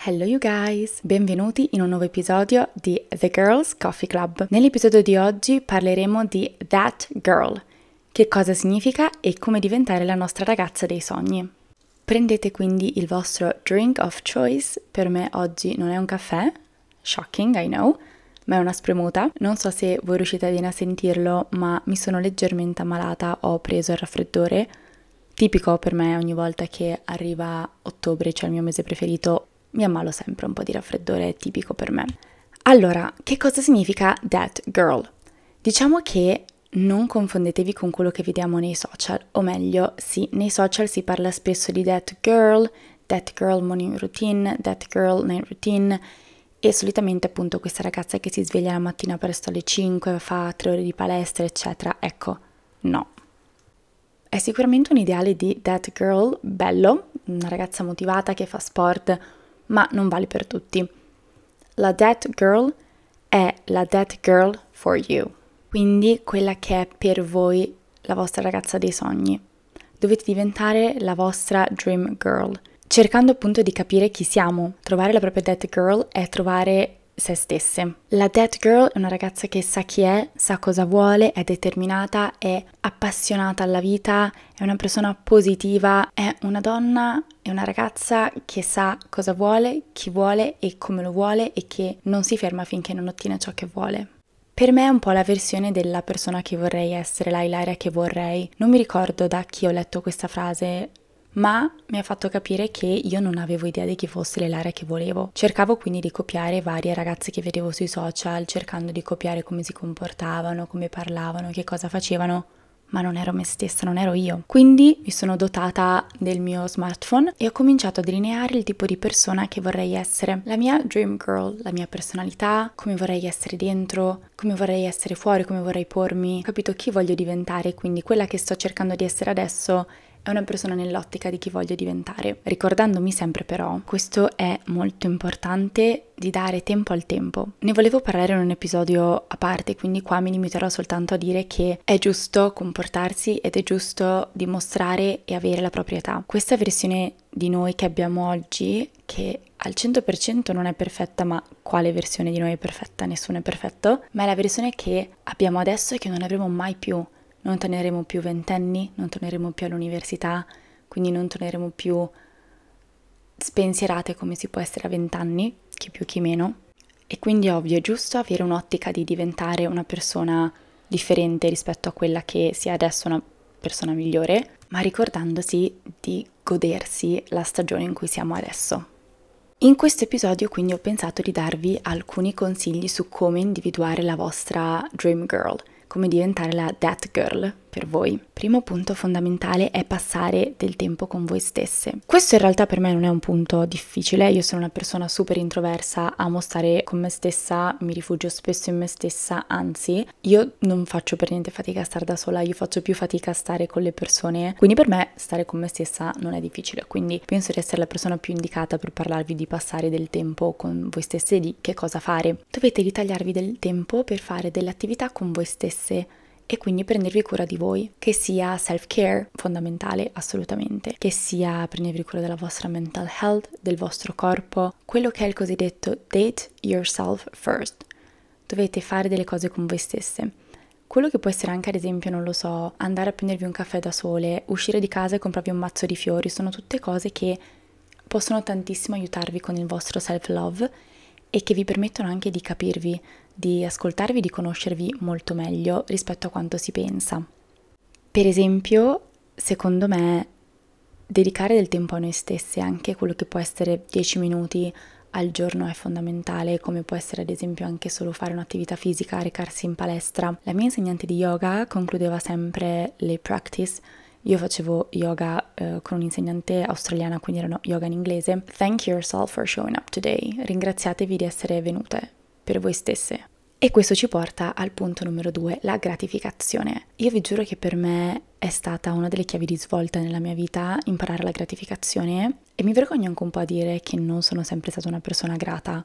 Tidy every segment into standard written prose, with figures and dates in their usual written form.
Hello you guys! Benvenuti in un nuovo episodio di The Girls Coffee Club. Nell'episodio di oggi parleremo di That Girl, che cosa significa e come diventare la nostra ragazza dei sogni. Prendete quindi il vostro drink of choice. Per me oggi non è un caffè, shocking, I know, ma è una spremuta. Non so se voi riuscite bene a sentirlo, ma mi sono leggermente ammalata, ho preso il raffreddore. Tipico per me, ogni volta che arriva ottobre, cioè il mio mese preferito, mi ammalo sempre un po' di raffreddore, è tipico per me. Allora, che cosa significa That Girl? Diciamo che non confondetevi con quello che vediamo nei social, o meglio, sì, nei social si parla spesso di That Girl morning routine, That Girl night routine, e solitamente appunto questa ragazza che si sveglia la mattina presto alle 5, fa 3 ore di palestra, eccetera. Ecco, no. È sicuramente un ideale di That Girl bello, una ragazza motivata che fa sport, ma non vale per tutti. La That Girl è la That Girl for you, quindi quella che è per voi la vostra ragazza dei sogni. Dovete diventare la vostra Dream Girl, cercando appunto di capire chi siamo. Trovare la propria That Girl è trovare se stesse. La That Girl è una ragazza che sa chi è, sa cosa vuole, è determinata, è appassionata alla vita, è una persona positiva, è una donna, è una ragazza che sa cosa vuole, chi vuole e come lo vuole e che non si ferma finché non ottiene ciò che vuole. Per me è un po' la versione della persona che vorrei essere, la Ilaria che vorrei. Non mi ricordo da chi ho letto questa frase, ma mi ha fatto capire che io non avevo idea di chi fosse l'Ilaria che volevo. Cercavo quindi di copiare varie ragazze che vedevo sui social, cercando di copiare come si comportavano, come parlavano, che cosa facevano, ma non ero me stessa, non ero io. Quindi mi sono dotata del mio smartphone e ho cominciato a delineare il tipo di persona che vorrei essere. La mia dream girl, la mia personalità, come vorrei essere dentro, come vorrei essere fuori, come vorrei pormi. Ho capito chi voglio diventare, quindi quella che sto cercando di essere adesso è una persona nell'ottica di chi voglio diventare, ricordandomi sempre però, questo è molto importante, di dare tempo al tempo. Ne volevo parlare in un episodio a parte, quindi qua mi limiterò soltanto a dire che è giusto comportarsi ed è giusto dimostrare e avere la propria età. Questa versione di noi che abbiamo oggi, che al 100% non è perfetta, ma quale versione di noi è perfetta? Nessuno è perfetto, ma è la versione che abbiamo adesso e che non avremo mai più. Non torneremo più ventenni, non torneremo più all'università, quindi non torneremo più spensierate come si può essere a 20 anni, chi più chi meno. E quindi ovvio, è giusto avere un'ottica di diventare una persona differente rispetto a quella che si è adesso, una persona migliore, ma ricordandosi di godersi la stagione in cui siamo adesso. In questo episodio quindi ho pensato di darvi alcuni consigli su come individuare la vostra Dream Girl, come diventare la That Girl per voi. Primo punto fondamentale è passare del tempo con voi stesse. Questo in realtà per me non è un punto difficile, io sono una persona super introversa, amo stare con me stessa, mi rifugio spesso in me stessa, anzi io non faccio per niente fatica a stare da sola, io faccio più fatica a stare con le persone, quindi per me stare con me stessa non è difficile, quindi penso di essere la persona più indicata per parlarvi di passare del tempo con voi stesse e di che cosa fare. Dovete ritagliarvi del tempo per fare delle attività con voi stesse e quindi prendervi cura di voi, che sia self-care, fondamentale assolutamente, che sia prendervi cura della vostra mental health, del vostro corpo, quello che è il cosiddetto date yourself first. Dovete fare delle cose con voi stesse. Quello che può essere anche ad esempio, non lo so, andare a prendervi un caffè da sole, uscire di casa e comprarvi un mazzo di fiori, sono tutte cose che possono tantissimo aiutarvi con il vostro self-love e che vi permettono anche di capirvi, di ascoltarvi, di conoscervi molto meglio rispetto a quanto si pensa. Per esempio, secondo me, dedicare del tempo a noi stesse, anche quello che può essere 10 minuti al giorno è fondamentale, come può essere ad esempio anche solo fare un'attività fisica, recarsi in palestra. La mia insegnante di yoga concludeva sempre le practice. Io facevo yoga con un'insegnante australiana, quindi erano yoga in inglese. Thank yourself for showing up today. Ringraziatevi di essere venute per voi stesse. E questo ci porta al punto numero 2, la gratificazione. Io vi giuro che per me è stata una delle chiavi di svolta nella mia vita imparare la gratificazione e mi vergogno anche un po' a dire che non sono sempre stata una persona grata,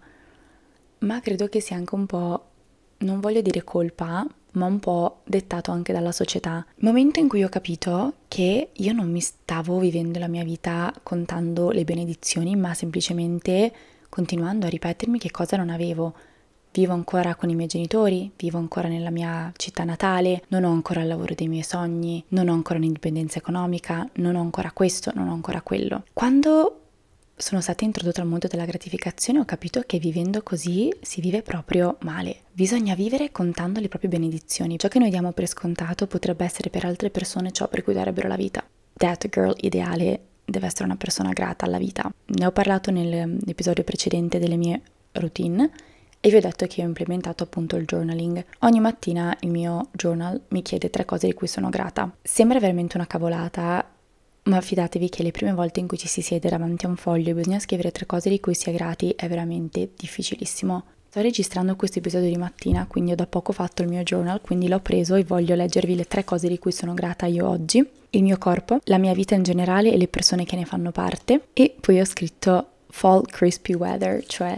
ma credo che sia anche un po', non voglio dire colpa, ma un po' dettato anche dalla società. Il momento in cui ho capito che io non mi stavo vivendo la mia vita contando le benedizioni, ma semplicemente continuando a ripetermi che cosa non avevo. Vivo ancora con i miei genitori, vivo ancora nella mia città natale, non ho ancora il lavoro dei miei sogni, non ho ancora un'indipendenza economica, non ho ancora questo, non ho ancora quello. Quando sono stata introdotta al mondo della gratificazione ho capito che vivendo così si vive proprio male. Bisogna vivere contando le proprie benedizioni. Ciò che noi diamo per scontato potrebbe essere per altre persone ciò per cui darebbero la vita. That girl ideale deve essere una persona grata alla vita. Ne ho parlato nell'episodio precedente delle mie routine e vi ho detto che ho implementato appunto il journaling. Ogni mattina il mio journal mi chiede 3 cose di cui sono grata. Sembra veramente una cavolata, ma fidatevi che le prime volte in cui ci si siede davanti a un foglio e bisogna scrivere 3 cose di cui si è grati è veramente difficilissimo. Sto registrando questo episodio di mattina, quindi ho da poco fatto il mio journal, quindi l'ho preso e voglio leggervi le 3 cose di cui sono grata io oggi. Il mio corpo, la mia vita in generale e le persone che ne fanno parte. E poi ho scritto Fall Crispy Weather, cioè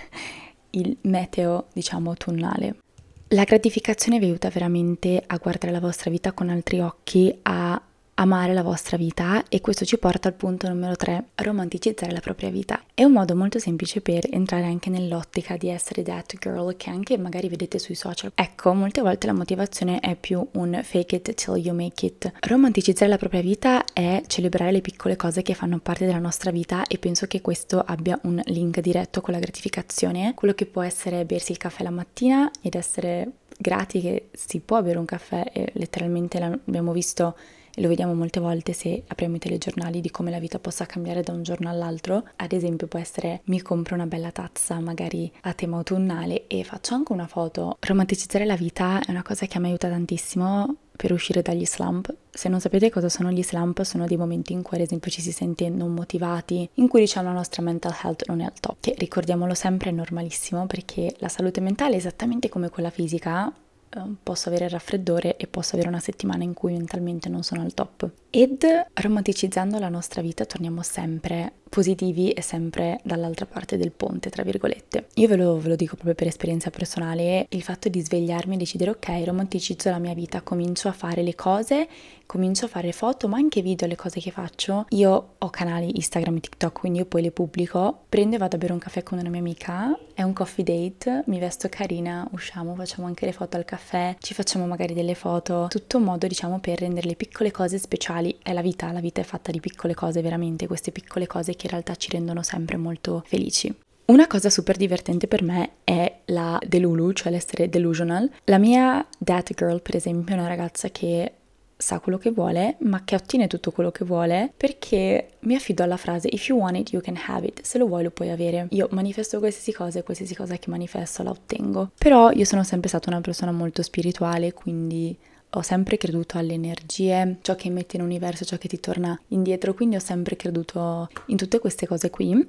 il meteo, diciamo, autunnale. La gratificazione vi aiuta veramente a guardare la vostra vita con altri occhi, a amare la vostra vita, e questo ci porta al punto numero 3, romanticizzare la propria vita. È un modo molto semplice per entrare anche nell'ottica di essere that girl che anche magari vedete sui social. Ecco, molte volte la motivazione è più un fake it till you make it. Romanticizzare la propria vita è celebrare le piccole cose che fanno parte della nostra vita, e penso che questo abbia un link diretto con la gratificazione. Quello che può essere bersi il caffè la mattina ed essere grati che si può bere un caffè, e letteralmente l'abbiamo visto e lo vediamo molte volte se apriamo i telegiornali di come la vita possa cambiare da un giorno all'altro. Ad esempio può essere: mi compro una bella tazza magari a tema autunnale e faccio anche una foto. Romanticizzare la vita è una cosa che mi aiuta tantissimo per uscire dagli slump. Se non sapete cosa sono gli slump, sono dei momenti in cui ad esempio ci si sente non motivati, in cui diciamo la nostra mental health non è al top, che ricordiamolo sempre è normalissimo, perché la salute mentale è esattamente come quella fisica. Posso avere il raffreddore e posso avere una settimana in cui mentalmente non sono al top. Ed romanticizzando la nostra vita torniamo sempre positivi e sempre dall'altra parte del ponte, tra virgolette. Io ve lo dico proprio per esperienza personale: il fatto di svegliarmi e decidere ok, romanticizzo la mia vita, comincio a fare le cose, comincio a fare foto ma anche video, le cose che faccio. Io ho canali Instagram e TikTok, quindi io poi le pubblico, prendo e vado a bere un caffè con una mia amica, è un coffee date, mi vesto carina, usciamo, facciamo anche le foto al caffè, ci facciamo magari delle foto, tutto un modo diciamo per rendere le piccole cose speciali. È la vita è fatta di piccole cose, veramente, queste piccole cose che in realtà ci rendono sempre molto felici. Una cosa super divertente per me è la delulu, cioè l'essere delusional. La mia that girl, per esempio, è una ragazza che sa quello che vuole, ma che ottiene tutto quello che vuole, perché mi affido alla frase if you want it, you can have it. Se lo vuoi lo puoi avere. Io manifesto qualsiasi cosa che manifesto la ottengo. Però io sono sempre stata una persona molto spirituale, quindi ho sempre creduto alle energie, ciò che emetti in universo, ciò che ti torna indietro, quindi ho sempre creduto in tutte queste cose qui.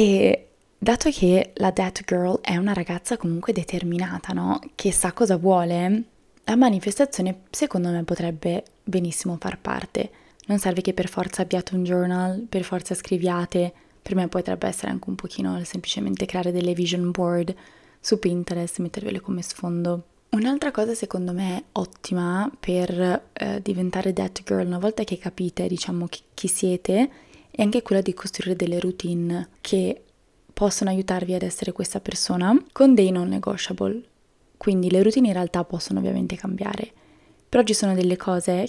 E dato che la that girl è una ragazza comunque determinata, no? Che sa cosa vuole, la manifestazione secondo me potrebbe benissimo far parte. Non serve che per forza abbiate un journal, per forza scriviate. Per me potrebbe essere anche un pochino semplicemente creare delle vision board su Pinterest, mettervele come sfondo. Un'altra cosa secondo me ottima per diventare that girl, una volta che capite diciamo chi siete, è anche quella di costruire delle routine che possono aiutarvi ad essere questa persona con dei non negotiable. Quindi le routine in realtà possono ovviamente cambiare, però ci sono delle cose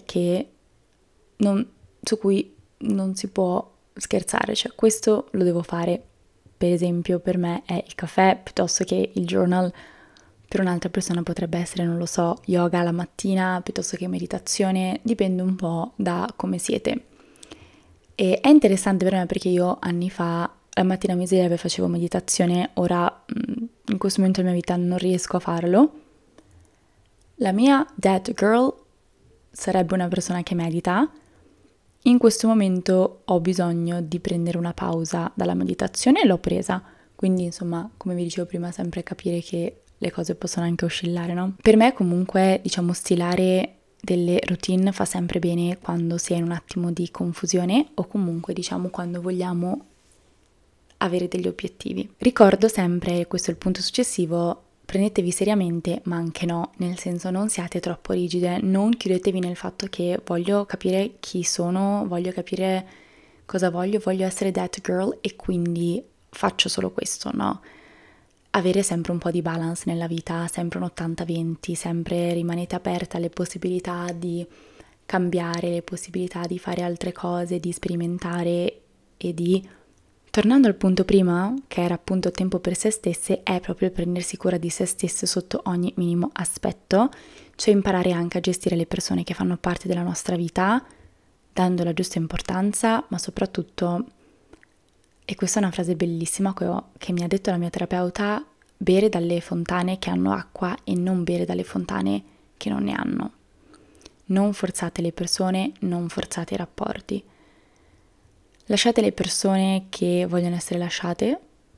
su cui non si può scherzare, cioè questo lo devo fare. Per esempio per me è il caffè piuttosto che il journal. Per un'altra persona potrebbe essere, non lo so, yoga la mattina piuttosto che meditazione, dipende un po' da come siete. E è interessante per me perché io anni fa la mattina mi svegliavo e facevo meditazione, ora in questo momento della mia vita non riesco a farlo. La mia that girl sarebbe una persona che medita. In questo momento ho bisogno di prendere una pausa dalla meditazione e l'ho presa, quindi insomma, come vi dicevo prima, sempre capire che le cose possono anche oscillare, no? Per me comunque, diciamo, stilare delle routine fa sempre bene quando si è in un attimo di confusione o comunque, diciamo, quando vogliamo avere degli obiettivi. Ricordo sempre, questo è il punto successivo, prendetevi seriamente, ma anche no, nel senso non siate troppo rigide, non chiudetevi nel fatto che voglio capire chi sono, voglio capire cosa voglio essere that girl e quindi faccio solo questo, no? Avere sempre un po' di balance nella vita, sempre un 80-20, sempre rimanete aperta alle possibilità di cambiare, le possibilità di fare altre cose, di sperimentare e di... Tornando al punto prima, che era appunto tempo per se stesse, è proprio il prendersi cura di se stesse sotto ogni minimo aspetto, cioè imparare anche a gestire le persone che fanno parte della nostra vita, dando la giusta importanza, ma soprattutto, e questa è una frase bellissima che mi ha detto la mia terapeuta, bere dalle fontane che hanno acqua e non bere dalle fontane che non ne hanno. Non forzate le persone, non forzate i rapporti. Lasciate le persone che vogliono essere lasciate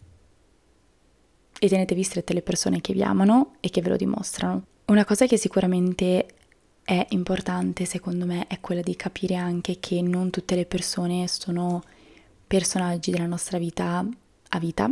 e tenetevi strette le persone che vi amano e che ve lo dimostrano. Una cosa che sicuramente è importante, secondo me, è quella di capire anche che non tutte le persone sono personaggi della nostra vita a vita.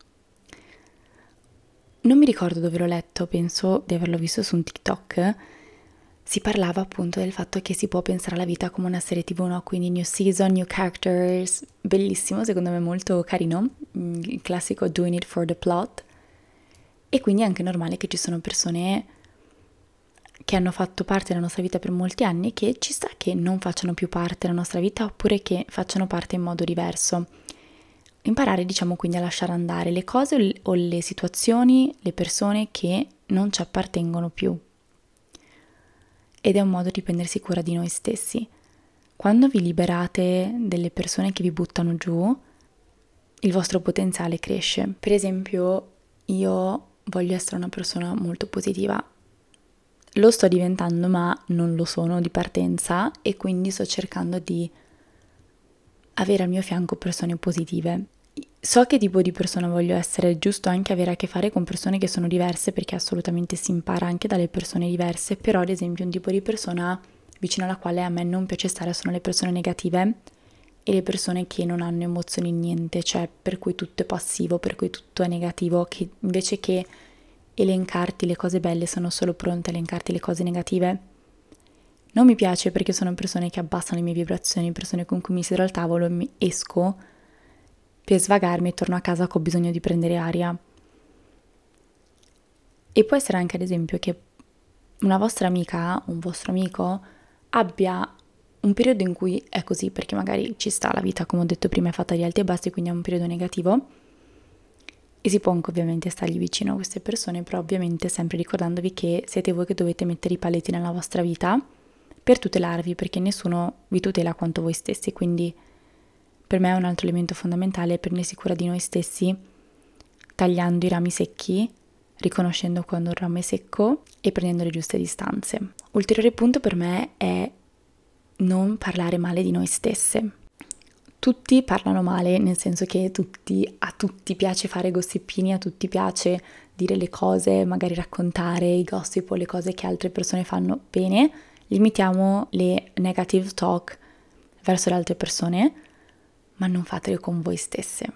Non mi ricordo dove l'ho letto, penso di averlo visto su un TikTok. Si parlava appunto del fatto che si può pensare alla vita come una serie TV, no? Quindi new season, new characters, bellissimo, secondo me molto carino, il classico doing it for the plot. E quindi è anche normale che ci sono persone che hanno fatto parte della nostra vita per molti anni che ci sta che non facciano più parte della nostra vita oppure che facciano parte in modo diverso. Imparare, diciamo, quindi a lasciare andare le cose o le situazioni, le persone che non ci appartengono più. Ed è un modo di prendersi cura di noi stessi. Quando vi liberate delle persone che vi buttano giù, il vostro potenziale cresce. Per esempio, io voglio essere una persona molto positiva. Lo sto diventando, ma non lo sono di partenza e quindi sto cercando di avere al mio fianco persone positive. So che tipo di persona voglio essere, è giusto anche avere a che fare con persone che sono diverse perché assolutamente si impara anche dalle persone diverse, però ad esempio un tipo di persona vicino alla quale a me non piace stare sono le persone negative e le persone che non hanno emozioni niente, cioè per cui tutto è passivo, per cui tutto è negativo, che invece che elencarti le cose belle sono solo pronte a elencarti le cose negative. Non mi piace perché sono persone che abbassano le mie vibrazioni, persone con cui mi siedo al tavolo e mi esco per svagarmi e torno a casa che ho bisogno di prendere aria. E può essere anche ad esempio che una vostra amica, un vostro amico abbia un periodo in cui è così, perché magari ci sta la vita, come ho detto prima, è fatta di alti e bassi, quindi è un periodo negativo e si può anche ovviamente stargli vicino a queste persone, però ovviamente sempre ricordandovi che siete voi che dovete mettere i paletti nella vostra vita per tutelarvi, perché nessuno vi tutela quanto voi stessi, quindi per me è un altro elemento fondamentale prendersi cura di noi stessi, tagliando i rami secchi, riconoscendo quando un ramo è secco e prendendo le giuste distanze. Ulteriore punto per me è non parlare male di noi stesse. Tutti parlano male, nel senso che a tutti piace fare gossipini, a tutti piace dire le cose, magari raccontare i gossip o le cose che altre persone fanno bene. Limitiamo le negative talk verso le altre persone, ma non fatele con voi stesse.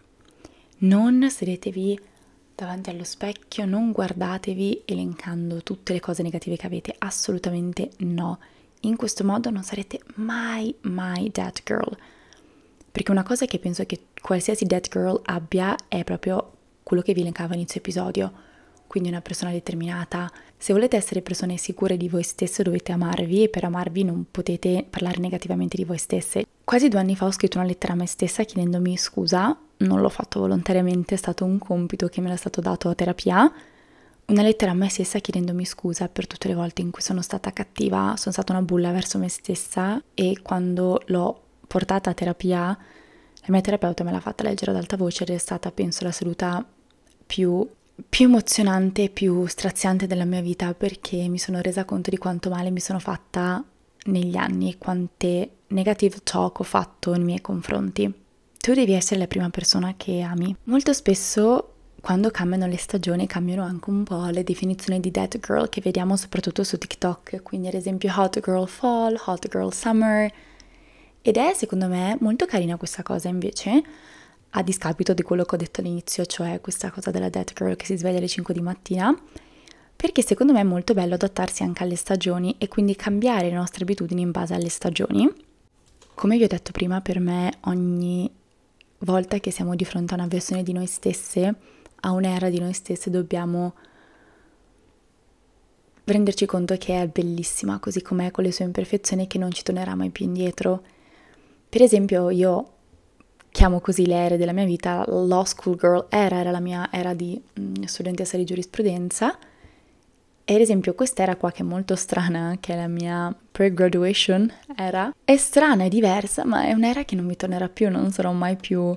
Non sedetevi davanti allo specchio, non guardatevi elencando tutte le cose negative che avete, assolutamente no. In questo modo non sarete mai that girl. Perché una cosa che penso che qualsiasi that girl abbia è proprio quello che vi elencavo a inizio episodio, quindi una persona determinata. Se volete essere persone sicure di voi stesse dovete amarvi e per amarvi non potete parlare negativamente di voi stesse. Quasi 2 anni fa ho scritto una lettera a me stessa chiedendomi scusa, non l'ho fatto volontariamente, è stato un compito che me l'è stato dato a terapia, una lettera a me stessa chiedendomi scusa per tutte le volte in cui sono stata cattiva, sono stata una bulla verso me stessa e quando l'ho portata a terapia, la mia terapeuta me l'ha fatta leggere ad alta voce ed è stata, penso, la seduta più emozionante, più straziante della mia vita perché mi sono resa conto di quanto male mi sono fatta negli anni e quante negative talk ho fatto nei miei confronti. Tu devi essere la prima persona che ami. Molto spesso quando cambiano le stagioni cambiano anche un po' le definizioni di that girl che vediamo soprattutto su TikTok, quindi ad esempio hot girl fall, hot girl summer, ed è secondo me molto carina questa cosa invece, a discapito di quello che ho detto all'inizio, cioè questa cosa della that girl che si sveglia alle 5 di mattina, perché secondo me è molto bello adattarsi anche alle stagioni e quindi cambiare le nostre abitudini in base alle stagioni. Come vi ho detto prima, per me ogni volta che siamo di fronte a una versione di noi stesse, a un'era di noi stesse, dobbiamo renderci conto che è bellissima così com'è, con le sue imperfezioni, che non ci tornerà mai più indietro. Per esempio, io chiamo così le ere della mia vita, law school girl era la mia era di studentessa di giurisprudenza, e ad esempio quest'era qua, che è molto strana, che è la mia pre-graduation era, è strana, è diversa, ma è un'era che non mi tornerà più, non sarò mai più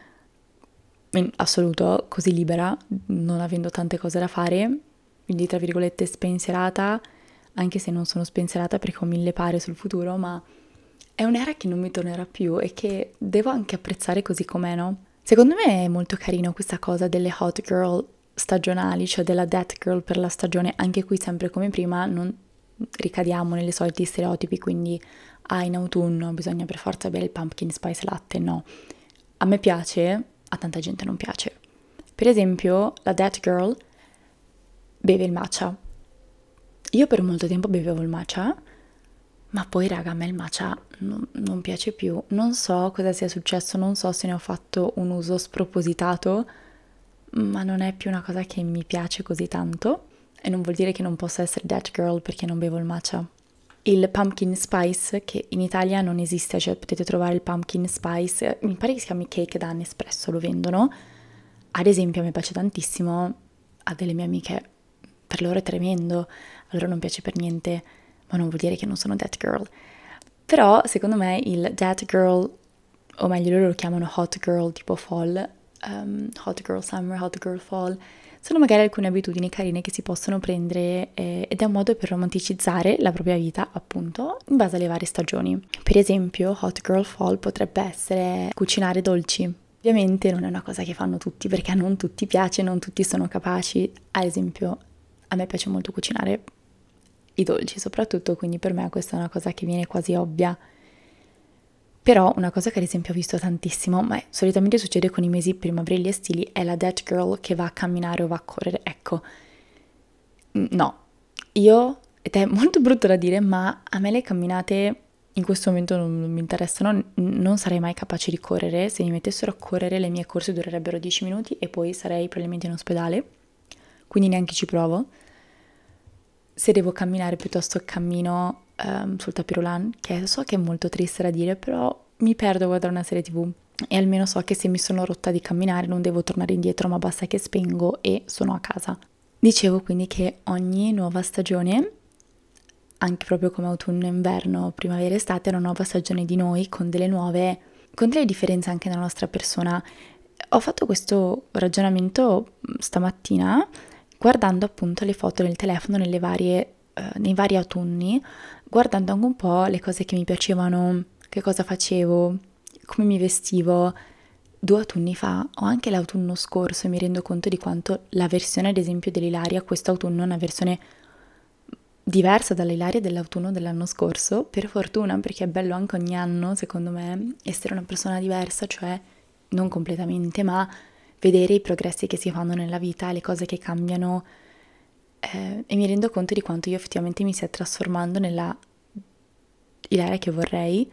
in assoluto così libera, non avendo tante cose da fare, quindi tra virgolette spensierata, anche se non sono spensierata perché ho mille pare sul futuro, ma è un'era che non mi tornerà più e che devo anche apprezzare così com'è, no? Secondo me è molto carino questa cosa delle hot girl stagionali, cioè della that girl per la stagione. Anche qui, sempre come prima, non ricadiamo nelle soliti stereotipi, quindi in autunno bisogna per forza bere il pumpkin spice latte, no. A me piace, a tanta gente non piace. Per esempio, la that girl beve il matcha. Io per molto tempo bevevo il matcha, ma poi raga, a me il matcha non piace più. Non so cosa sia successo, non so se ne ho fatto un uso spropositato, ma non è più una cosa che mi piace così tanto. E non vuol dire che non possa essere that girl perché non bevo il matcha. Il pumpkin spice, che in Italia non esiste, cioè potete trovare il pumpkin spice, mi pare che si chiami cake da Nespresso, lo vendono. Ad esempio a me piace tantissimo, a delle mie amiche, per loro è tremendo, a loro non piace per niente, ma non vuol dire che non sono that girl. Però secondo me il that girl, o meglio loro lo chiamano hot girl tipo fall, hot girl summer, hot girl fall, sono magari alcune abitudini carine che si possono prendere ed è un modo per romanticizzare la propria vita, appunto, in base alle varie stagioni. Per esempio, hot girl fall potrebbe essere cucinare dolci. Ovviamente non è una cosa che fanno tutti, perché a non tutti piace, non tutti sono capaci. Ad esempio, a me piace molto cucinare i dolci soprattutto, quindi per me questa è una cosa che viene quasi ovvia. Però una cosa che ad esempio ho visto tantissimo, ma solitamente succede con i mesi primaverili e estivi, è la that girl che va a camminare o va a correre. Ecco, no, ed è molto brutto da dire, ma a me le camminate in questo momento non mi interessano, non sarei mai capace di correre. Se mi mettessero a correre le mie corse durerebbero 10 minuti e poi sarei probabilmente in ospedale, quindi neanche ci provo. Se devo camminare piuttosto cammino sul tapirulan, che so che è molto triste da dire, però mi perdo a guardare una serie TV e almeno so che se mi sono rotta di camminare non devo tornare indietro, ma basta che spengo e sono a casa. Dicevo quindi che ogni nuova stagione, anche proprio come autunno, inverno, primavera, estate, è una nuova stagione di noi con delle differenze anche nella nostra persona. Ho fatto questo ragionamento stamattina guardando appunto le foto nel telefono nei vari autunni, guardando anche un po' le cose che mi piacevano, che cosa facevo, come mi vestivo 2 autunni fa o anche l'autunno scorso, e mi rendo conto di quanto la versione ad esempio dell'Ilaria quest'autunno è una versione diversa dall'Ilaria dell'autunno dell'anno scorso, per fortuna, perché è bello anche ogni anno secondo me essere una persona diversa, cioè non completamente, ma vedere i progressi che si fanno nella vita, le cose che cambiano, e mi rendo conto di quanto io effettivamente mi stia trasformando nella Ilaria che vorrei,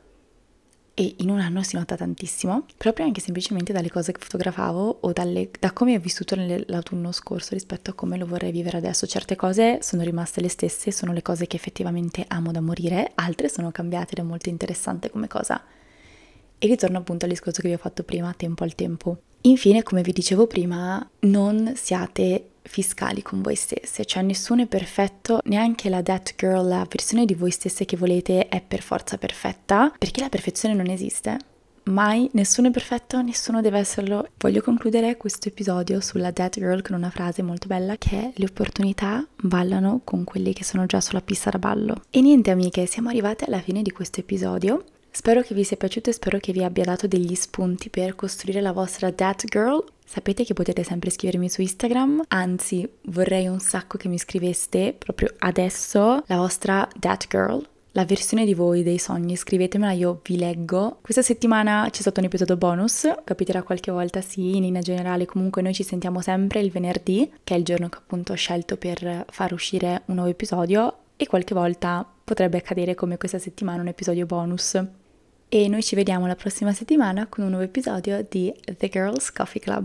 e in un anno si nota tantissimo, proprio anche semplicemente dalle cose che fotografavo o da come ho vissuto l'autunno scorso rispetto a come lo vorrei vivere adesso. Certe cose sono rimaste le stesse, sono le cose che effettivamente amo da morire, altre sono cambiate ed è molto interessante come cosa. E ritorno appunto al discorso che vi ho fatto prima, tempo al tempo. Infine, come vi dicevo prima, non siate fiscali con voi stesse, cioè nessuno è perfetto, neanche la that girl, la versione di voi stesse che volete è per forza perfetta, perché la perfezione non esiste. Mai, nessuno è perfetto, nessuno deve esserlo. Voglio concludere questo episodio sulla that girl con una frase molto bella che è: le opportunità ballano con quelli che sono già sulla pista da ballo. E niente amiche, siamo arrivate alla fine di questo episodio. Spero che vi sia piaciuto e spero che vi abbia dato degli spunti per costruire la vostra that girl. Sapete che potete sempre scrivermi su Instagram, anzi vorrei un sacco che mi scriveste proprio adesso la vostra that girl, la versione di voi dei sogni. Scrivetemela, io vi leggo. Questa settimana c'è stato un episodio bonus, capiterà qualche volta, sì, in linea generale. Comunque noi ci sentiamo sempre il venerdì, che è il giorno che appunto ho scelto per far uscire un nuovo episodio, e qualche volta potrebbe accadere come questa settimana un episodio bonus. e noi ci vediamo la prossima settimana con un nuovo episodio di The Girls Coffee Club.